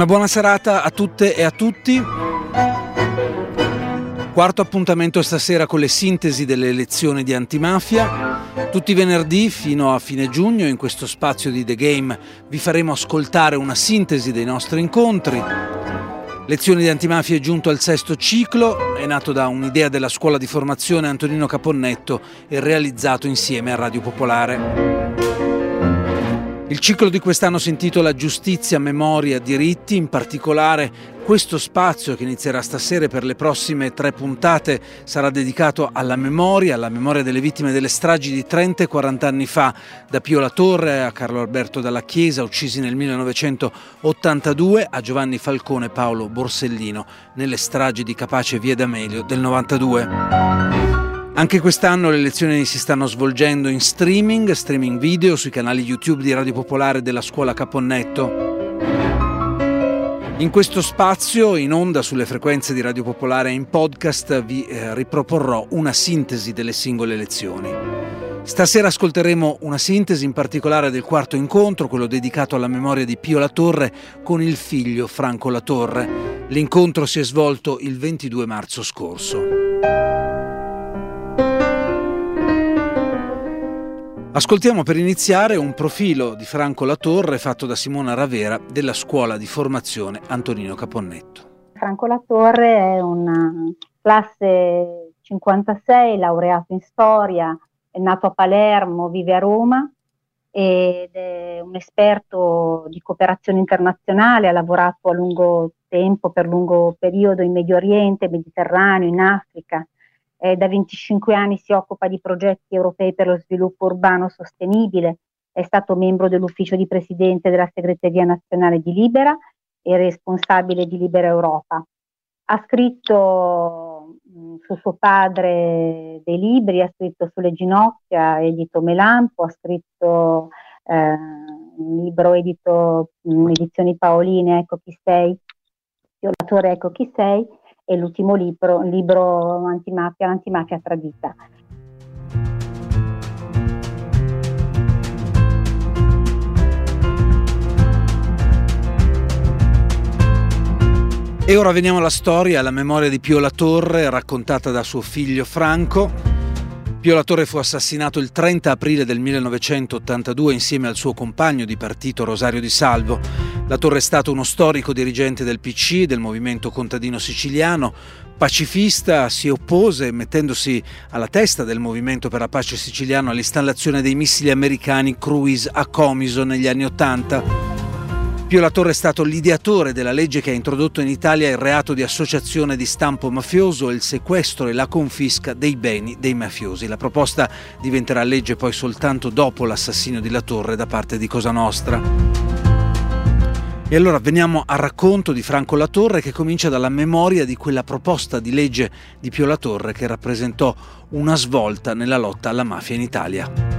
Una buona serata a tutte e a tutti. Quarto appuntamento stasera con le sintesi delle elezioni di antimafia. Tutti i venerdì fino a fine giugno in questo spazio di The Game vi faremo ascoltare una sintesi dei nostri incontri. Lezioni di antimafia è giunto al sesto ciclo, è nato da un'idea della scuola di formazione Antonino Caponnetto e realizzato insieme a Radio Popolare. Il ciclo di quest'anno si intitola Giustizia, Memoria, Diritti. In particolare questo spazio, che inizierà stasera per le prossime 3 puntate, sarà dedicato alla memoria delle vittime delle stragi di 30 e 40 anni fa, da Pio La Torre a Carlo Alberto Dalla Chiesa, uccisi nel 1982, a Giovanni Falcone e Paolo Borsellino nelle stragi di Capaci e Via D'Amelio del 92. Anche quest'anno le lezioni si stanno svolgendo in streaming video sui canali YouTube di Radio Popolare della Scuola Caponnetto. In questo spazio, in onda sulle frequenze di Radio Popolare e in podcast, vi riproporrò una sintesi delle singole lezioni. Stasera ascolteremo una sintesi in particolare del quarto incontro, quello dedicato alla memoria di Pio La Torre con il figlio Franco La Torre. L'incontro si è svolto il 22 marzo scorso. Ascoltiamo per iniziare un profilo di Franco La Torre fatto da Simona Ravera della Scuola di Formazione Antonino Caponnetto. Franco La Torre è una classe 56, laureato in storia, è nato a Palermo, vive a Roma ed è un esperto di cooperazione internazionale, ha lavorato a lungo tempo, per lungo periodo in Medio Oriente, Mediterraneo, in Africa. Da 25 anni si occupa di progetti europei per lo sviluppo urbano sostenibile, è stato membro dell'ufficio di presidente della segreteria nazionale di Libera e responsabile di Libera Europa. Ha scritto su suo padre dei libri, ha scritto sulle ginocchia, edito Melampo, ha scritto un libro edito Edizioni Paoline, Ecco chi sei, Pio La Torre, Ecco chi sei, e l'ultimo libro antimafia, l'antimafia tradita. E ora veniamo alla storia, alla memoria di Pio La Torre, raccontata da suo figlio Franco. Pio La Torre fu assassinato il 30 aprile del 1982 insieme al suo compagno di partito Rosario Di Salvo. La Torre è stato uno storico dirigente del PC, del movimento contadino siciliano, pacifista, si oppose mettendosi alla testa del movimento per la pace siciliano all'installazione dei missili americani Cruise a Comiso negli anni '80. Pio La Torre è stato l'ideatore della legge che ha introdotto in Italia il reato di associazione di stampo mafioso, il sequestro e la confisca dei beni dei mafiosi. La proposta diventerà legge poi soltanto dopo l'assassinio di La Torre da parte di Cosa Nostra. E allora veniamo al racconto di Franco La Torre, che comincia dalla memoria di quella proposta di legge di Pio La Torre che rappresentò una svolta nella lotta alla mafia in Italia.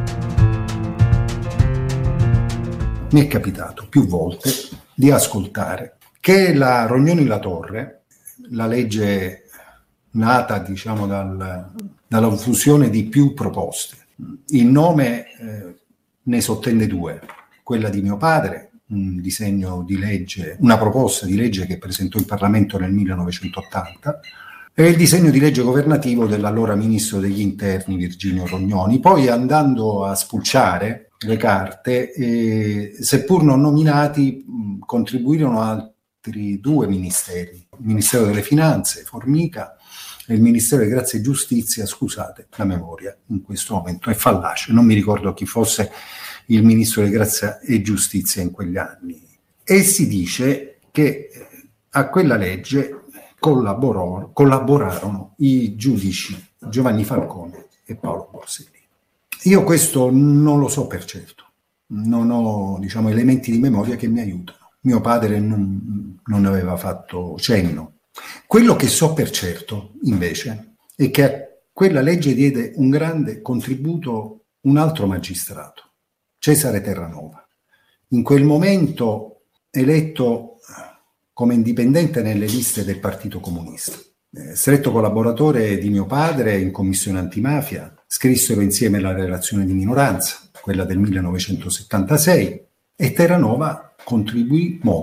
Mi è capitato più volte di ascoltare che la Rognoni La Torre, la legge nata diciamo dalla fusione di più proposte, il nome ne sottende 2, quella di mio padre, un disegno di legge, una proposta di legge che presentò in Parlamento nel 1980, e il disegno di legge governativo dell'allora ministro degli interni Virginio Rognoni. Poi, andando a spulciare le carte, seppur non nominati, contribuirono altri 2 ministeri, il Ministero delle Finanze, Formica, e il Ministero di Grazia e Giustizia. Scusate, la memoria in questo momento è fallace, non mi ricordo chi fosse il Ministro di Grazia e Giustizia in quegli anni. E si dice che a quella legge collaborarono i giudici Giovanni Falcone e Paolo Borsellino. Io questo non lo so per certo, non ho elementi di memoria che mi aiutano. Mio padre non aveva fatto cenno. Quello che so per certo, invece, è che a quella legge diede un grande contributo un altro magistrato, Cesare Terranova, in quel momento eletto come indipendente nelle liste del Partito Comunista. Stretto collaboratore di mio padre in commissione antimafia, scrissero insieme la relazione di minoranza, quella del 1976, e Terranova contribuì molto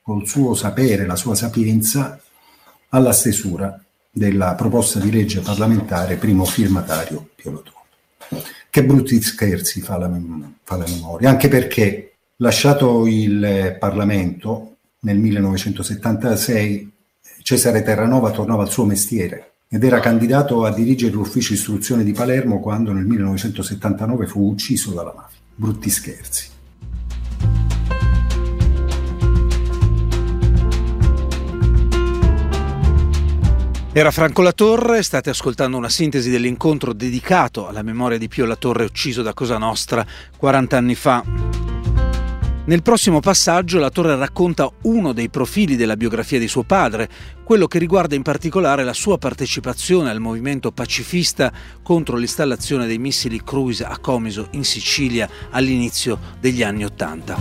col suo sapere, la sua sapienza, alla stesura della proposta di legge parlamentare primo firmatario Pio La Torre. Che brutti scherzi fa la memoria, anche perché, lasciato il Parlamento nel 1976, Cesare Terranova tornava al suo mestiere ed era candidato a dirigere l'ufficio istruzione di Palermo quando nel 1979 fu ucciso dalla mafia. Brutti scherzi. Era Franco La Torre, state ascoltando una sintesi dell'incontro dedicato alla memoria di Pio La Torre, ucciso da Cosa Nostra 40 anni fa. Nel prossimo passaggio La Torre racconta uno dei profili della biografia di suo padre, quello che riguarda in particolare la sua partecipazione al movimento pacifista contro l'installazione dei missili cruise a Comiso in Sicilia all'inizio degli anni '80.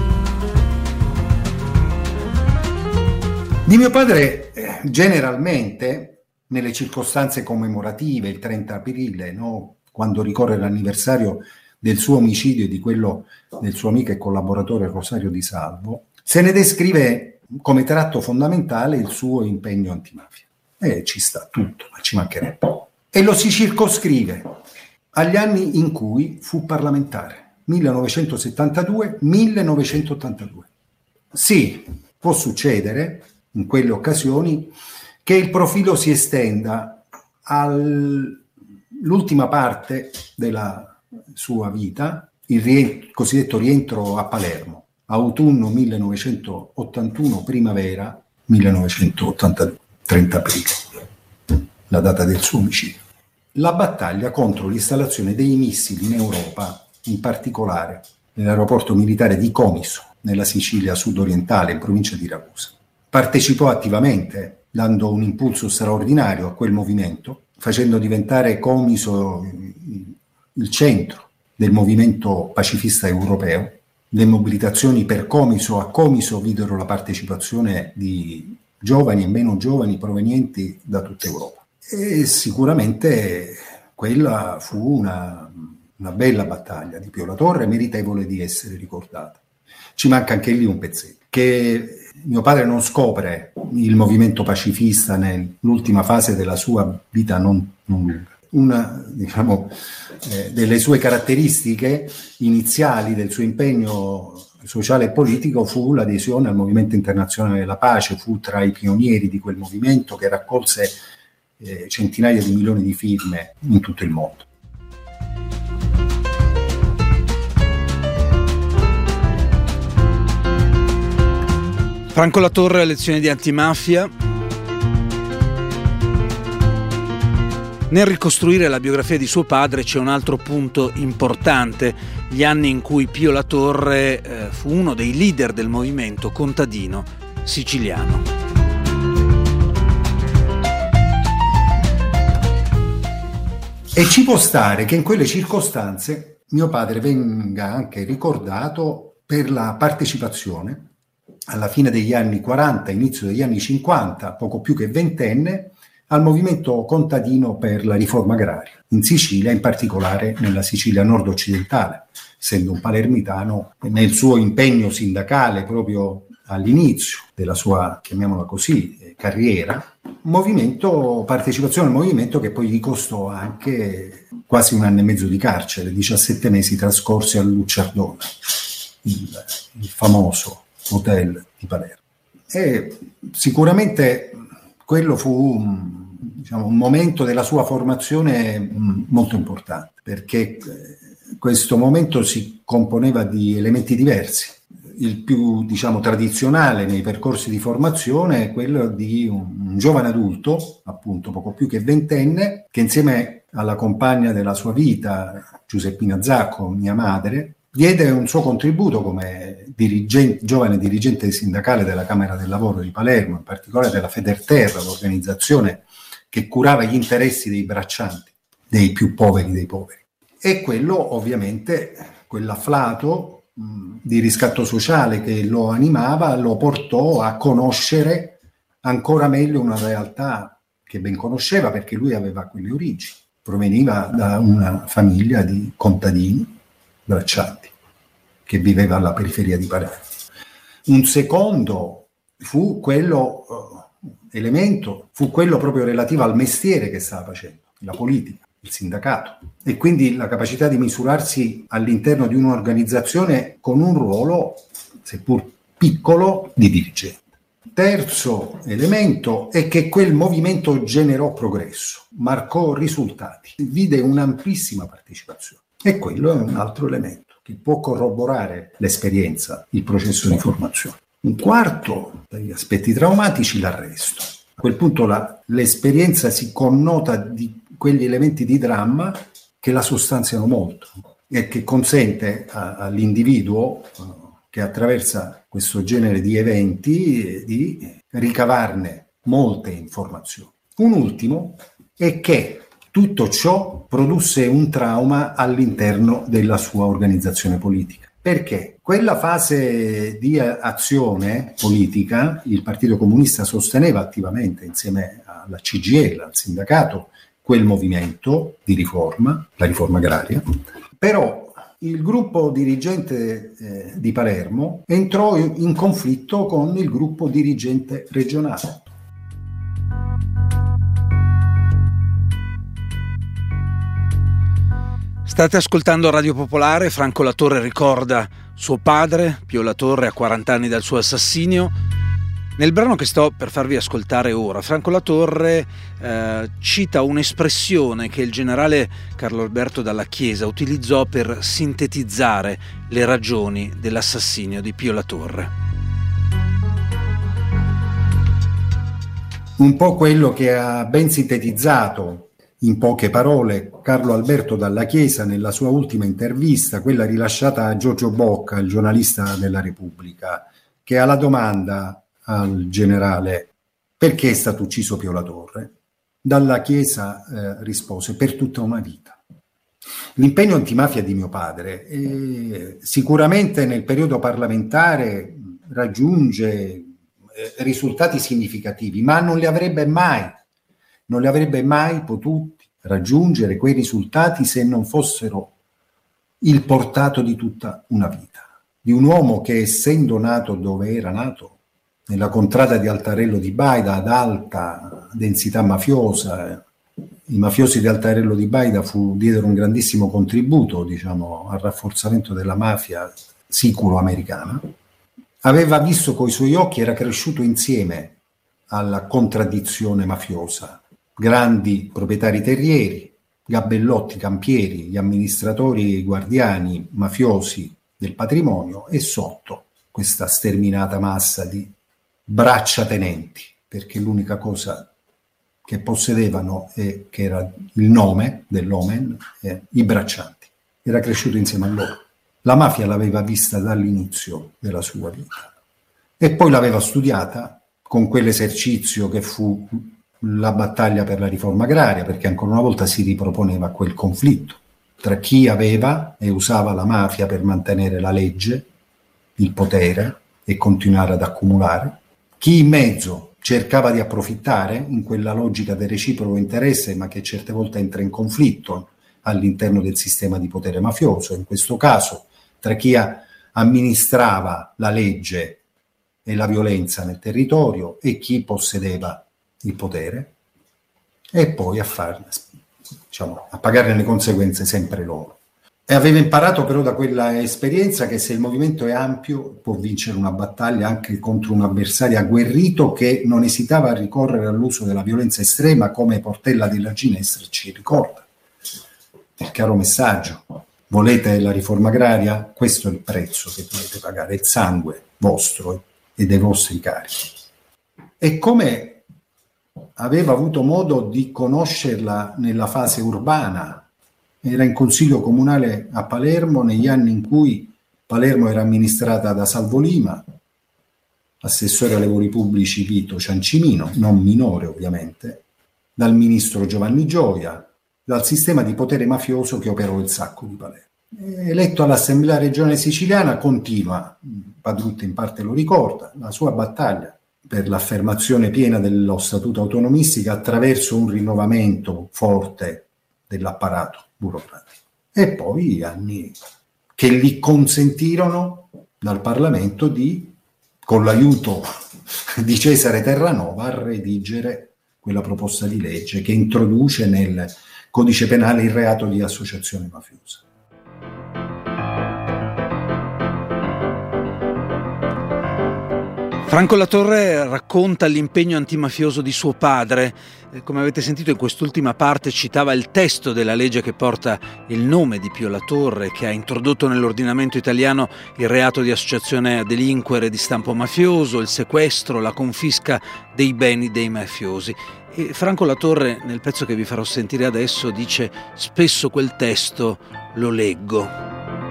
Di mio padre, generalmente, nelle circostanze commemorative, il 30 aprile, no? Quando ricorre l'anniversario del suo omicidio e di quello del suo amico e collaboratore Rosario Di Salvo, se ne descrive come tratto fondamentale il suo impegno antimafia. E ci sta tutto, ma ci mancherebbe. E lo si circoscrive agli anni in cui fu parlamentare, 1972-1982. Sì, può succedere in quelle occasioni che il profilo si estenda all'ultima parte della sua vita, il cosiddetto rientro a Palermo, autunno 1981, primavera 1982, 30 aprile, la data del suo omicidio. La battaglia contro l'installazione dei missili in Europa, in particolare nell'aeroporto militare di Comiso, nella Sicilia sudorientale, in provincia di Ragusa. Partecipò attivamente, dando un impulso straordinario a quel movimento, facendo diventare Comiso il centro del movimento pacifista europeo. Le mobilitazioni per Comiso a Comiso videro la partecipazione di giovani e meno giovani provenienti da tutta Europa. E sicuramente quella fu una bella battaglia di Pio La Torre, meritevole di essere ricordata. Ci manca anche lì un pezzetto, che mio padre non scopre il movimento pacifista nell'ultima fase della sua vita non lunga. Una, delle sue caratteristiche iniziali del suo impegno sociale e politico fu l'adesione al Movimento Internazionale della Pace, fu tra i pionieri di quel movimento che raccolse centinaia di milioni di firme in tutto il mondo. Franco La Torre, lezioni di antimafia. Nel ricostruire la biografia di suo padre c'è un altro punto importante, gli anni in cui Pio La Torre fu uno dei leader del movimento contadino siciliano. E ci può stare che in quelle circostanze mio padre venga anche ricordato per la partecipazione alla fine degli anni 40, inizio degli anni 50, poco più che ventenne, al movimento contadino per la riforma agraria, in Sicilia, in particolare nella Sicilia nord-occidentale, essendo un palermitano, nel suo impegno sindacale proprio all'inizio della sua, chiamiamola così, carriera, partecipazione al movimento che poi gli costò anche quasi 1 anno e mezzo di carcere, 17 mesi trascorsi a Lucciardone, il famoso hotel di Palermo. E sicuramente quello fu un momento della sua formazione molto importante, perché questo momento si componeva di elementi diversi. Il più tradizionale nei percorsi di formazione è quello di un giovane adulto, appunto poco più che ventenne, che insieme alla compagna della sua vita, Giuseppina Zacco, mia madre, diede un suo contributo come giovane dirigente sindacale della Camera del Lavoro di Palermo, in particolare della Federterra, l'organizzazione che curava gli interessi dei braccianti, dei più poveri dei poveri. E quello ovviamente, quell'afflato di riscatto sociale che lo animava, lo portò a conoscere ancora meglio una realtà che ben conosceva, perché lui aveva quelle origini, proveniva da una famiglia di contadini braccianti che viveva alla periferia di Palermo. Un secondo fu quello elemento, fu quello proprio relativo al mestiere che stava facendo, la politica, il sindacato, e quindi la capacità di misurarsi all'interno di un'organizzazione con un ruolo, seppur piccolo, di dirigente. Terzo elemento è che quel movimento generò progresso, marcò risultati, vide un'amplissima partecipazione, e quello è un altro elemento che può corroborare l'esperienza, il processo di formazione. Un quarto degli aspetti traumatici, l'arresto. A quel punto l'esperienza si connota di quegli elementi di dramma che la sostanziano molto e che consente all'individuo che attraversa questo genere di eventi di ricavarne molte informazioni. Un ultimo è che tutto ciò produsse un trauma all'interno della sua organizzazione politica. Perché quella fase di azione politica il Partito Comunista sosteneva attivamente insieme alla CGIL, al sindacato, quel movimento di riforma, la riforma agraria, però il gruppo dirigente di Palermo entrò in conflitto con il gruppo dirigente regionale. State ascoltando Radio Popolare. Franco Latorre ricorda suo padre, Pio Latorre, a 40 anni dal suo assassinio. Nel brano che sto per farvi ascoltare ora, Franco Latorre cita un'espressione che il generale Carlo Alberto Dalla Chiesa utilizzò per sintetizzare le ragioni dell'assassinio di Pio Latorre. Un po' quello che ha ben sintetizzato in poche parole Carlo Alberto Dalla Chiesa nella sua ultima intervista, quella rilasciata a Giorgio Bocca, il giornalista della Repubblica, che alla domanda al generale perché è stato ucciso Pio Latorre, Dalla Chiesa rispose: per tutta una vita. L'impegno antimafia di mio padre sicuramente nel periodo parlamentare raggiunge risultati significativi, ma non li avrebbe mai potuti raggiungere quei risultati se non fossero il portato di tutta una vita, di un uomo che, essendo nato dove era nato, nella contrada di Altarello di Baida, ad alta densità mafiosa, i mafiosi di Altarello di Baida diedero un grandissimo contributo, al rafforzamento della mafia siculo-americana, aveva visto coi suoi occhi, era cresciuto insieme alla contraddizione mafiosa, grandi proprietari terrieri, gabellotti campieri, gli amministratori guardiani mafiosi del patrimonio, e sotto questa sterminata massa di bracciatenenti, perché l'unica cosa che possedevano che era il nome dell'omen, i braccianti. Era cresciuto insieme a loro. La mafia l'aveva vista dall'inizio della sua vita e poi l'aveva studiata con quell'esercizio che fu la battaglia per la riforma agraria, perché ancora una volta si riproponeva quel conflitto tra chi aveva e usava la mafia per mantenere la legge, il potere e continuare ad accumulare, chi in mezzo cercava di approfittare in quella logica del reciproco interesse, ma che certe volte entra in conflitto all'interno del sistema di potere mafioso, in questo caso tra chi amministrava la legge e la violenza nel territorio e chi possedeva il potere, e poi a pagarne le conseguenze sempre loro. E aveva imparato però da quella esperienza che se il movimento è ampio può vincere una battaglia anche contro un avversario agguerrito che non esitava a ricorrere all'uso della violenza estrema, come Portella della Ginestra ci ricorda. Il caro messaggio: volete la riforma agraria? Questo è il prezzo che dovete pagare, il sangue vostro e dei vostri cari. E come aveva avuto modo di conoscerla nella fase urbana, era in consiglio comunale a Palermo negli anni in cui Palermo era amministrata da Salvo Lima, assessore ai lavori pubblici Vito Ciancimino, non minore ovviamente, dal ministro Giovanni Gioia, dal sistema di potere mafioso che operò il Sacco di Palermo. Eletto all'Assemblea regionale siciliana, continua, Padrutti in parte lo ricorda, la sua battaglia per l'affermazione piena dello statuto autonomistico attraverso un rinnovamento forte dell'apparato burocratico. E poi anni che gli consentirono dal Parlamento di, con l'aiuto di Cesare Terranova a redigere quella proposta di legge che introduce nel codice penale il reato di associazione mafiosa. Franco Latorre racconta l'impegno antimafioso di suo padre. Come avete sentito in quest'ultima parte citava il testo della legge che porta il nome di Pio Latorre, che ha introdotto nell'ordinamento italiano il reato di associazione a delinquere di stampo mafioso, il sequestro, la confisca dei beni dei mafiosi. E Franco Latorre, nel pezzo che vi farò sentire adesso, dice: spesso quel testo lo leggo.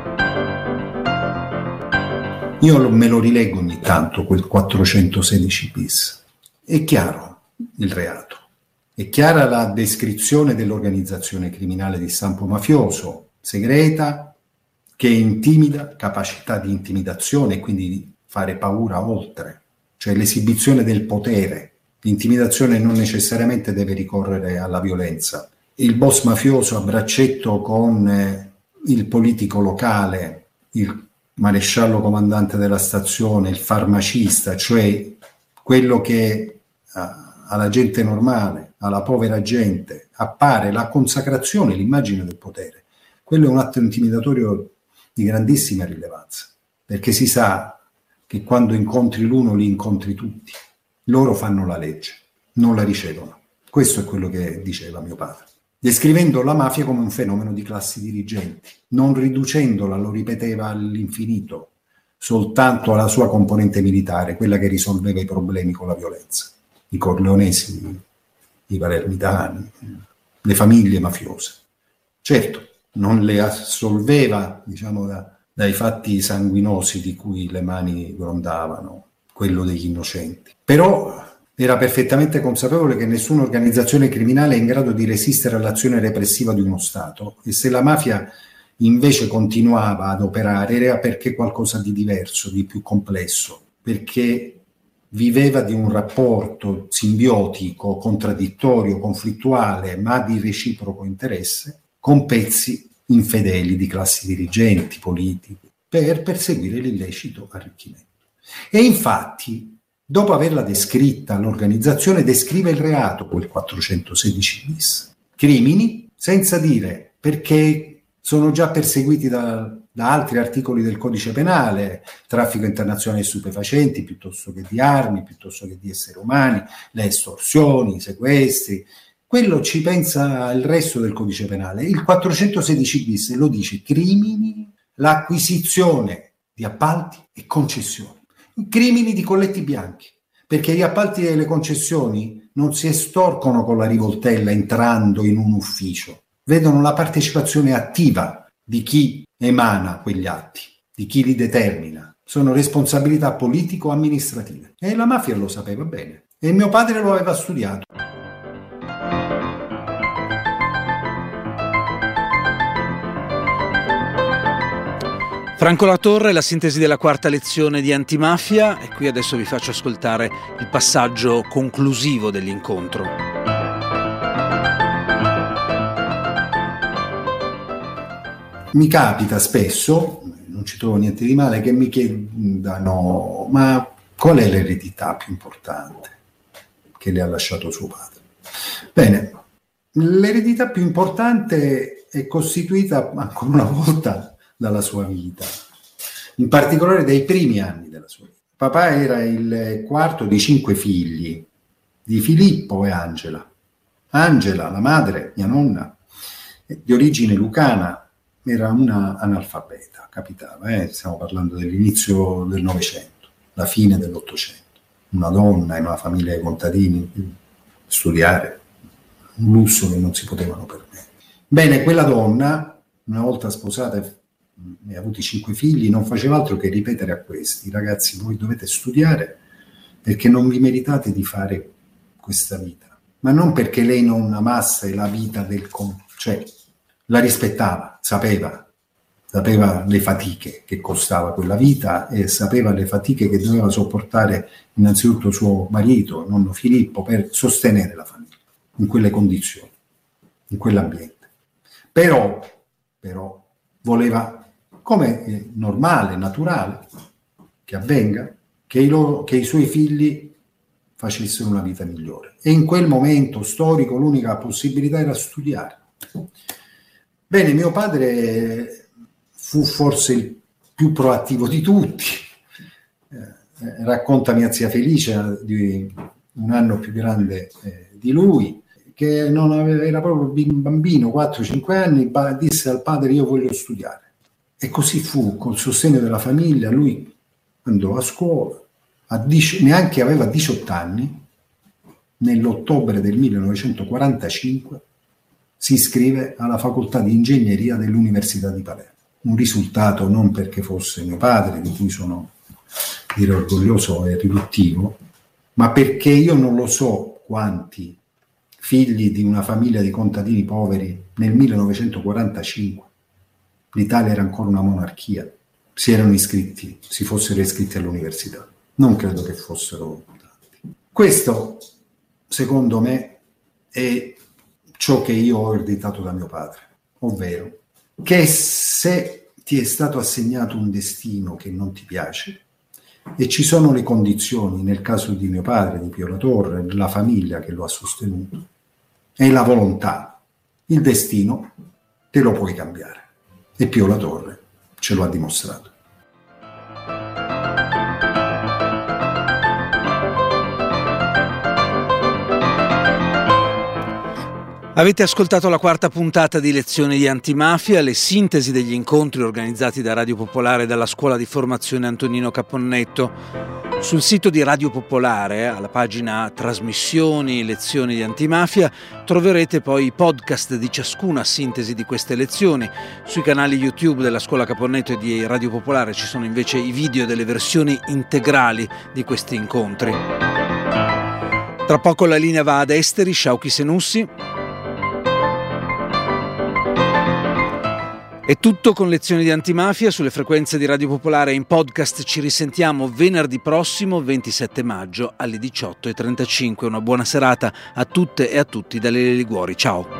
Io me lo rileggo ogni tanto, quel 416 bis. È chiaro il reato, è chiara la descrizione dell'organizzazione criminale di stampo mafioso, segreta, che intimida, capacità di intimidazione e quindi di fare paura oltre, cioè l'esibizione del potere. L'intimidazione non necessariamente deve ricorrere alla violenza. Il boss mafioso a braccetto con il politico locale, il maresciallo comandante della stazione, il farmacista, cioè quello che alla gente normale, alla povera gente, appare la consacrazione, l'immagine del potere. Quello è un atto intimidatorio di grandissima rilevanza, perché si sa che quando incontri l'uno li incontri tutti. Loro fanno la legge, non la ricevono. Questo è quello che diceva mio padre, descrivendo la mafia come un fenomeno di classi dirigenti, non riducendola, lo ripeteva all'infinito, soltanto alla sua componente militare, quella che risolveva i problemi con la violenza. I corleonesi, i palermitani, le famiglie mafiose. Certo, non le assolveva, dai fatti sanguinosi di cui le mani grondavano, quello degli innocenti. Però era perfettamente consapevole che nessuna organizzazione criminale è in grado di resistere all'azione repressiva di uno Stato, e se la mafia invece continuava ad operare era perché qualcosa di diverso, di più complesso, perché viveva di un rapporto simbiotico, contraddittorio, conflittuale, ma di reciproco interesse, con pezzi infedeli di classi dirigenti, politiche, per perseguire l'illecito arricchimento. E infatti, dopo averla descritta, l'organizzazione descrive il reato, quel 416 bis. Crimini, senza dire perché sono già perseguiti da altri articoli del codice penale, traffico internazionale di stupefacenti, piuttosto che di armi, piuttosto che di esseri umani, le estorsioni, i sequestri. Quello ci pensa il resto del codice penale. Il 416 bis lo dice: crimini, l'acquisizione di appalti e concessioni. Crimini di colletti bianchi, perché gli appalti e le concessioni non si estorcono con la rivoltella entrando in un ufficio, vedono la partecipazione attiva di chi emana quegli atti, di chi li determina. Sono responsabilità politico-amministrative e la mafia lo sapeva bene e mio padre lo aveva studiato. Franco Latorre, la sintesi della quarta lezione di Antimafia, e qui adesso vi faccio ascoltare il passaggio conclusivo dell'incontro. Mi capita spesso, non ci trovo niente di male, che mi chiedano: ma qual è l'eredità più importante che le ha lasciato suo padre? Bene, l'eredità più importante è costituita ancora una volta dalla sua vita, in particolare dai primi anni della sua vita. Papà era il quarto di 5 figli, di Filippo e Angela. Angela, la madre, mia nonna, di origine lucana, era una analfabeta, capitava, stiamo parlando dell'inizio del Novecento, la fine dell'Ottocento. Una donna in una famiglia di contadini, studiare, un lusso che non si potevano permettere. Bene, quella donna, una volta sposata e avuti 5 figli, non faceva altro che ripetere a questi: ragazzi, voi dovete studiare perché non vi meritate di fare questa vita, ma non perché lei non amasse la vita cioè la rispettava, sapeva le fatiche che costava quella vita e sapeva le fatiche che doveva sopportare innanzitutto suo marito, nonno Filippo, per sostenere la famiglia in quelle condizioni, in quell'ambiente. Però voleva, come è normale, naturale che avvenga, che i suoi figli facessero una vita migliore. E in quel momento storico l'unica possibilità era studiare. Bene, mio padre fu forse il più proattivo di tutti. Racconta mia zia Felice, di un anno più grande di lui, che era proprio un bambino, 4-5 anni, disse al padre: io voglio studiare. E così fu, col sostegno della famiglia. Lui andò a scuola, neanche aveva 18 anni, nell'ottobre del 1945 si iscrive alla facoltà di ingegneria dell'Università di Palermo. Un risultato non perché fosse mio padre, di cui sono orgoglioso e riduttivo, ma perché io non lo so quanti figli di una famiglia di contadini poveri nel 1945, l'Italia era ancora una monarchia, si fossero iscritti all'università. Non credo che fossero tanti. Questo, secondo me, è ciò che io ho ereditato da mio padre, ovvero che se ti è stato assegnato un destino che non ti piace e ci sono le condizioni, nel caso di mio padre, di Pio La Torre, la famiglia che lo ha sostenuto, e la volontà, il destino te lo puoi cambiare. E Pio La Torre ce lo ha dimostrato. Avete ascoltato la quarta puntata di Lezioni di Antimafia, le sintesi degli incontri organizzati da Radio Popolare e dalla Scuola di Formazione Antonino Caponnetto. Sul sito di Radio Popolare, alla pagina Trasmissioni, Lezioni di Antimafia, troverete poi i podcast di ciascuna sintesi di queste lezioni. Sui canali YouTube della Scuola Caponnetto e di Radio Popolare ci sono invece i video delle versioni integrali di questi incontri. Tra poco la linea va ad Esteri Sciauchi Senussi. È tutto con Lezioni di Antimafia sulle frequenze di Radio Popolare e in podcast. Ci risentiamo venerdì prossimo, 27 maggio alle 18:35. Una buona serata a tutte e a tutti da Lele Liguori. Ciao.